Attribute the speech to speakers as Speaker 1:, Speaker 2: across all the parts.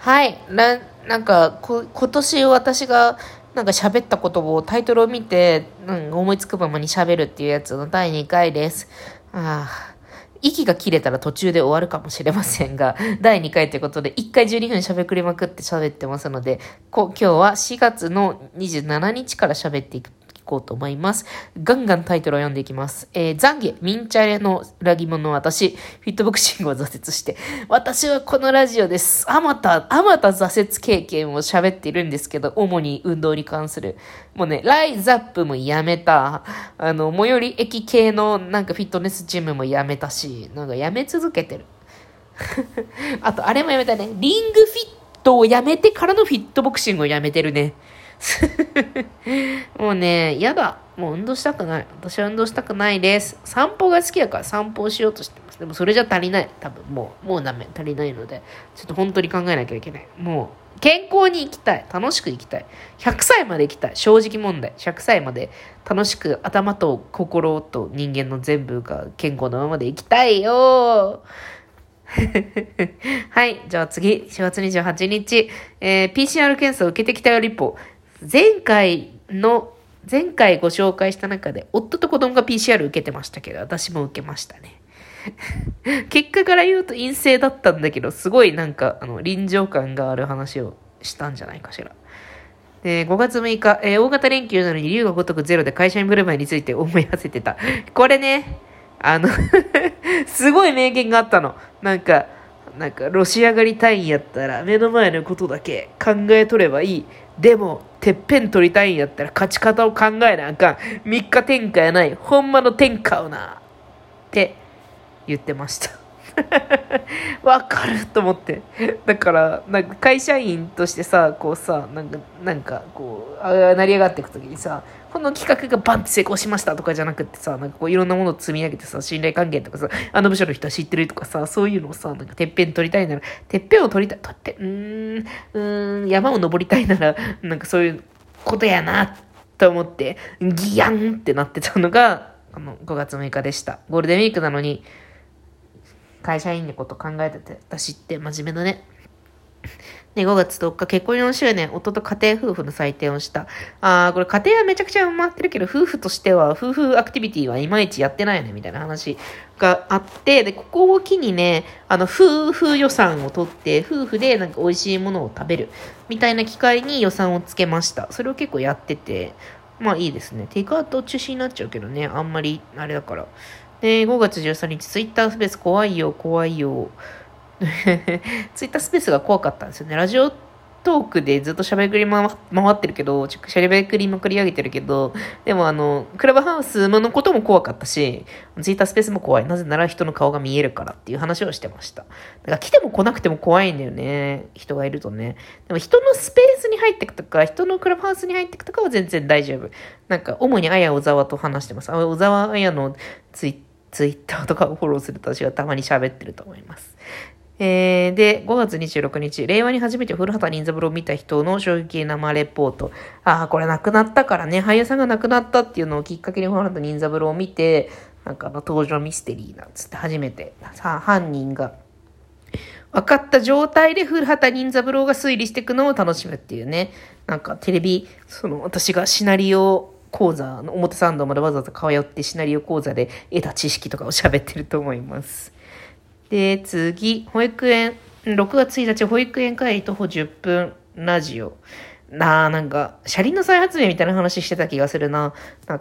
Speaker 1: はい。今年私が喋ったことをタイトルを見て、思いつくままに喋るっていうやつの第2回です。息が切れたら途中で終わるかもしれませんが、第2回ということで、1回12分喋りまくって喋ってますので、今日は4月の27日から喋っていこうと思います。ガンガンタイトルを読んでいきます。懺悔、ミンチャレの裏切者の私、フィットボクシングを挫折して、私はこのラジオです。あまた挫折経験を喋っているんですけど、主に運動に関する。もうね、ライザップもやめた。最寄り駅系のフィットネスジムもやめたし、やめ続けてる。あと、あれもやめたね。リングフィットをやめてからのフィットボクシングをやめてるね。もうね、やだ。もう運動したくない。私は運動したくないです。散歩が好きだから散歩をしようとしてます。でもそれじゃ足りない。多分もうダメ。足りないので、ちょっと本当に考えなきゃいけない。もう、健康に生きたい。楽しく生きたい。100歳まで生きたい。正直問題。100歳まで楽しく頭と心と人間の全部が健康なままで生きたいよはい。じゃあ次、4月28日、PCR 検査を受けてきたよリポ。前回ご紹介した中で、夫と子供が PCR 受けてましたけど、私も受けましたね。結果から言うと陰性だったんだけど、すごい臨場感がある話をしたんじゃないかしら。5月6日、大型連休なのに龍が如くゼロで会社に来る前について思い馳せてた。これね、すごい名言があったの。ロシア狩りたいんやったら目の前のことだけ考えとればいい。でも、てっぺん取りたいんやったら勝ち方を考えなあかん。3日天下やない。ほんまの天下をな。って言ってました。わかると思って。だから、会社員としてさ、こうさ、成り上がっていくときにさ、この企画がバンって成功しましたとかじゃなくってさ、いろんなものを積み上げてさ、信頼関係とかさ、あの部署の人は知ってるとかさ、そういうのをさ、てっぺん取りたいなら、てっぺんを取りたい、山を登りたいなら、そういうことやな、と思って、ギヤンってなってたのが、5月6日でした。ゴールデンウィークなのに、会社員のこと考えてて、私って真面目だね。で、5月10日、結婚4周年、夫と家庭夫婦の祭典をした。これ家庭はめちゃくちゃ回ってるけど、夫婦としては、夫婦アクティビティはいまいちやってないよね、みたいな話があって、で、ここを機にね、夫婦予算を取って、夫婦で美味しいものを食べる、みたいな機会に予算をつけました。それを結構やってて、まあいいですね。テイクアウト中止になっちゃうけどね、あんまり、あれだから。で、5月13日、ツイッタースペース怖いよ。ツイッタースペースが怖かったんですよね。ラジオトークでずっと喋り回ってるけど、喋りまくり上げてるけど、でもクラブハウスのことも怖かったし、ツイッタースペースも怖い。なぜなら人の顔が見えるからっていう話をしてました。だから来ても来なくても怖いんだよね。人がいるとね。でも人のスペースに入ってくとか、人のクラブハウスに入ってくとかは全然大丈夫。主に小沢と話してます。小沢綾のツイッターとかをフォローすると私はたまに喋ってると思います。で、5月26日、令和に初めて古畑任三郎を見た人の衝撃生レポート。これ亡くなったからね、俳優さんが亡くなったっていうのをきっかけに古畑任三郎を見て、登場ミステリーなんつって初めて、犯人が分かった状態で古畑任三郎が推理していくのを楽しむっていうね、テレビ、私がシナリオ講座の表参道までわざわざ通ってシナリオ講座で得た知識とかを喋ってると思います。で、次、6月1日、保育園帰り徒歩10分、ラジオ。車輪の再発明みたいな話してた気がするな。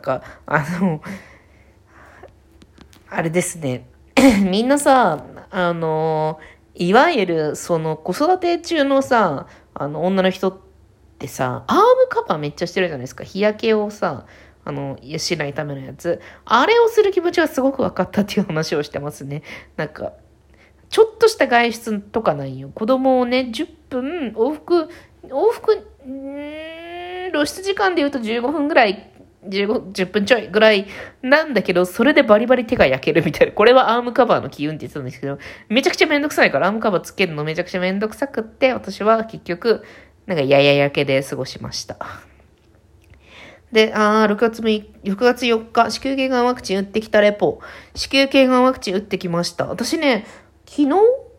Speaker 1: あれですね。みんなさ、いわゆる、子育て中のさ、女の人ってさ、アームカバーめっちゃしてるじゃないですか。日焼けをさ、しないためのやつ。あれをする気持ちはすごく分かったっていう話をしてますね。ちょっとした外出とかなんよ。子供をね、10分、往復、露出時間で言うと15分ぐらい、10分ちょいぐらいなんだけど、それでバリバリ手が焼けるみたいな。これはアームカバーの機運って言ってたんですけど、めちゃくちゃめんどくさいからアームカバーつけるのめちゃくちゃめんどくさくって、私は結局、やや焼けで過ごしました。で、6月4日、子宮頸がんワクチン打ってきたレポ。子宮頸がんワクチン打ってきました。私ね、昨日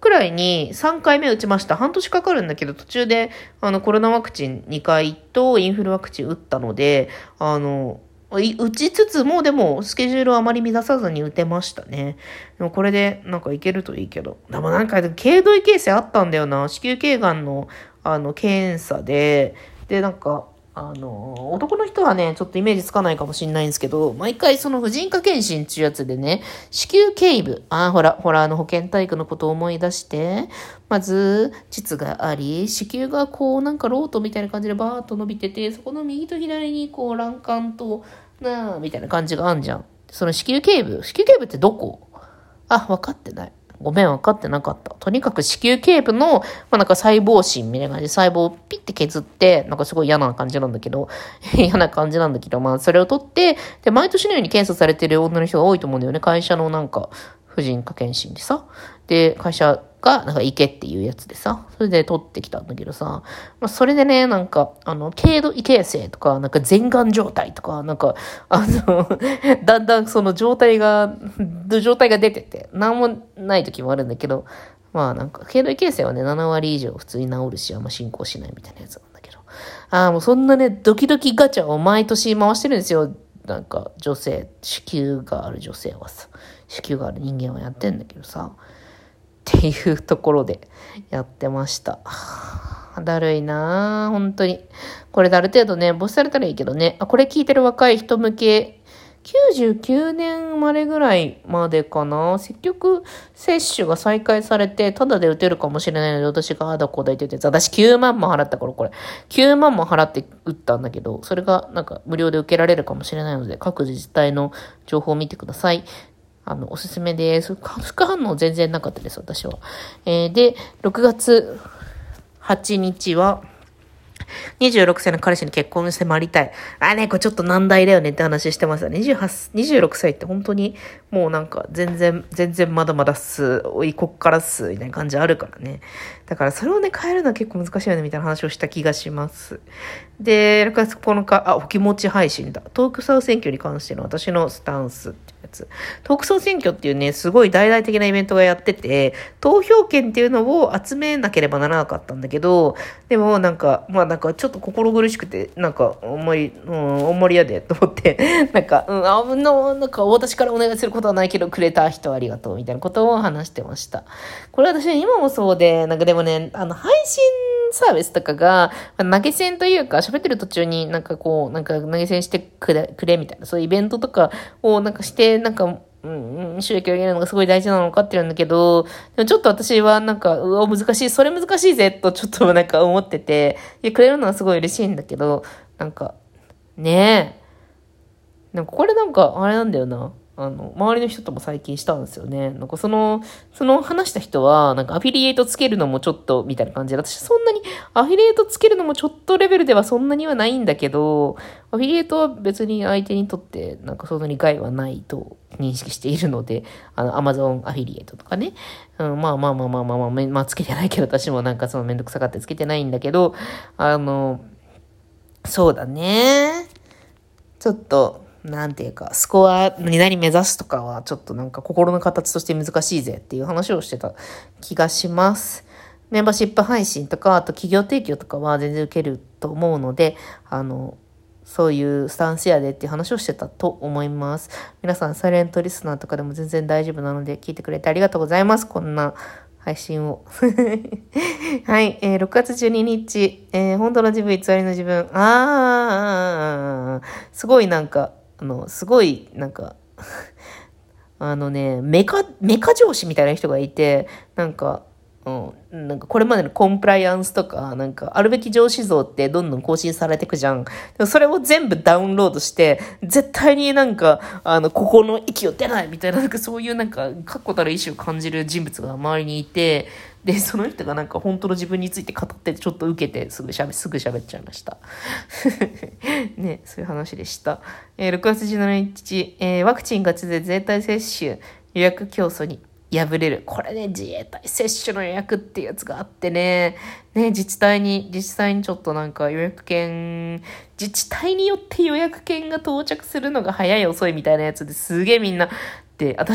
Speaker 1: くらいに3回目打ちました。半年かかるんだけど、途中で、コロナワクチン2回とインフルワクチン打ったので、打ちつつも、でも、スケジュールをあまり乱さずに打てましたね。でもこれで、なんかいけるといいけど。でもなんか、軽度異形成あったんだよな。子宮頸がんの、検査で、なんか、男の人はね、ちょっとイメージつかないかもしれないんですけど、毎回その婦人科検診っていうやつでね、子宮頸部、ほら、保健体育のことを思い出して、まず、膣があり、子宮がこう、なんかロートみたいな感じでバーッと伸びてて、そこの右と左にこう、卵管と、みたいな感じがあんじゃん。その子宮頸部ってどこ？分かってない。ごめん、分かってなかった。とにかく子宮頸部の、なんか細胞芯みたいな感じで細胞をピッて削って、なんかすごい嫌な感じなんだけど、それを取って、で、毎年のように検査されてる女の人が多いと思うんだよね。会社のなんか、婦人科検診でさ。で、会社が、なんか行けっていうやつでさ、それで取ってきたんだけどさ、それでね、なんか、軽度異形成とか、なんか前がん状態とか、なんか、だんだんその状態が出てて、なんもない時もあるんだけど、なんか、軽度異形成はね、7割以上普通に治るし、あんま進行しないみたいなやつなんだけど。もうそんなね、ドキドキガチャを毎年回してるんですよ。なんか、子宮がある女性はさ、子宮がある人間はやってんだけどさ、っていうところでやってました。だるいなぁ、本当に。これである程度ね、没されたらいいけどね。これ聞いてる若い人向け、99年生まれぐらいまでかな。積極接種が再開されて、ただで打てるかもしれないので、私がこうだ言ってて、私9万も払ったから、これ。9万も払って打ったんだけど、それがなんか無料で受けられるかもしれないので、各自治体の情報を見てください。おすすめです。副反応全然なかったです、私は。で、6月8日は、26歳の彼氏に結婚に迫りたい。これちょっと難題だよねって話してますよね。26歳って本当にもうなんか全然まだまだこっからみたいな感じあるからね。だからそれをね、変えるのは結構難しいよねみたいな話をした気がします。で、6月9日、お気持ち配信だ。東京総選挙に関しての私のスタンスってやつ。東京総選挙っていうね、すごい大々的なイベントがやってて、投票権っていうのを集めなければならなかったんだけど、でもなんかちょっと心苦しくて、なんかあんまり嫌でと思って、なんか私からお願いすることはないけど、くれた人ありがとうみたいなことを話してました。これ私今もそうで、なんかでもね、配信サービスとかが、投げ銭というか、喋ってる途中になんか投げ銭してくれみたいな、そういうイベントとかをなんかして、なんか、収益を上げるのがすごい大事なの分かってるんだけど、でもちょっと私はなんか、難しい、それ難しいぜ、とちょっとなんか思ってて、くれるのはすごい嬉しいんだけど、なんか、ねえ、なんかこれなんか、あれなんだよな。周りの人とも最近したんですよね。なんかその話した人は、なんかアフィリエイトつけるのもちょっと、みたいな感じで、私そんなに、アフィリエイトつけるのもちょっとレベルではそんなにはないんだけど、アフィリエイトは別に相手にとって、なんかそんなに害はないと認識しているので、Amazon アフィリエイトとかね。つけてないけど、私もなんかそのめんどくさがってつけてないんだけど、そうだね。ちょっと、なんていうか、スコアに何目指すとかは、ちょっとなんか心の形として難しいぜっていう話をしてた気がします。メンバーシップ配信とか、あと企業提供とかは全然受けると思うので、そういうスタンスやでっていう話をしてたと思います。皆さん、サイレントリスナーとかでも全然大丈夫なので、聞いてくれてありがとうございます。こんな配信を。はい、6月12日、本当の自分、偽りの自分。すごいなんか、すごいなんか、メカ上司みたいな人がいて、なんかこれまでのコンプライアンスとか、なんかあるべき上司像ってどんどん更新されていくじゃん。でもそれを全部ダウンロードして、絶対になんか、ここの息を出ないみたいな、なんかそういうなんか、確固たる意志を感じる人物が周りにいて、で、その人がなんか本当の自分について語ってちょっと受けてすぐ喋っちゃいました。ね、そういう話でした。6月17日、ワクチンガチで自衛隊接種予約競争に敗れる。これね、自衛隊接種の予約っていうやつがあってね、自治体にちょっとなんか予約券、自治体によって予約券が到着するのが早い遅いみたいなやつですげえみんな、で、私、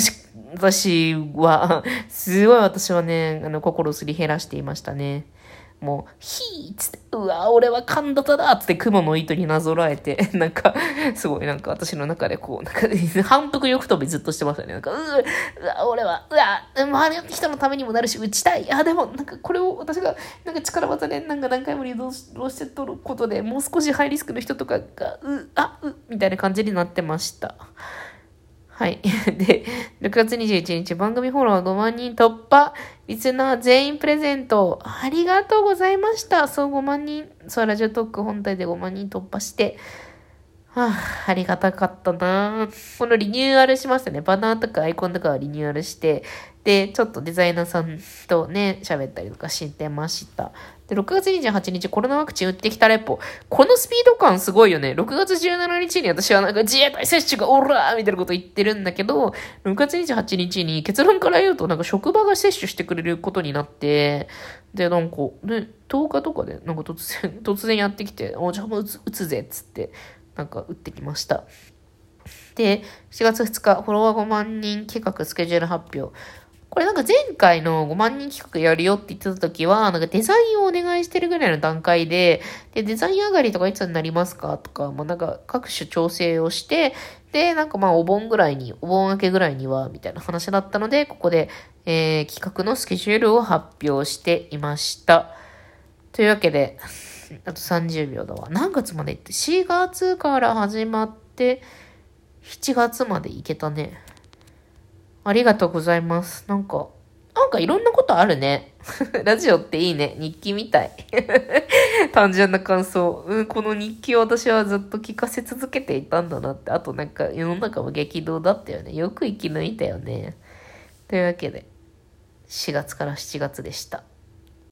Speaker 1: すごい私はね、心をすり減らしていましたね。もう、ひーっつって、うわ、俺は神田だっつって雲の糸になぞらえて、すごい私の中で反復横跳びずっとしてましたね。うわ、俺は、周りの人のためにもなるし、打ちたい。でも、これを私が、力技で、何回もリードして取ることで、もう少しハイリスクの人とかが、みたいな感じになってました。はい。で、6月21日、番組フォロワー5万人突破。リスナー全員プレゼント。ありがとうございました。そう5万人。そう、ラジオトーク本体で5万人突破して。ありがたかったな。このリニューアルしましたね。バナーとかアイコンとかはリニューアルして、で、ちょっとデザイナーさんとね、喋ったりとかしてました。で、6月28日コロナワクチン打ってきたレポ。このスピード感すごいよね。6月17日に私は自衛隊接種がオラーみたいなこと言ってるんだけど、6月28日に結論から言うと職場が接種してくれることになって、で、ね、10日とかで突然やってきて、じゃあもう打つぜっつって、打ってきました。で、7月2日、フォロワー5万人企画スケジュール発表。これ前回の5万人企画やるよって言ってた時は、デザインをお願いしてるぐらいの段階で、デザイン上がりとかいつになりますかとか、各種調整をして、で、お盆明けぐらいには、みたいな話だったので、ここで、企画のスケジュールを発表していました。というわけで、あと30秒だわ。何月まで行って ?4 月から始まって、7月まで行けたね。ありがとうございます。いろんなことあるね。ラジオっていいね。日記みたい。単純な感想。この日記を私はずっと聞かせ続けていたんだなって。あと世の中も激動だったよね。よく生き抜いたよね。というわけで、4月から7月でした。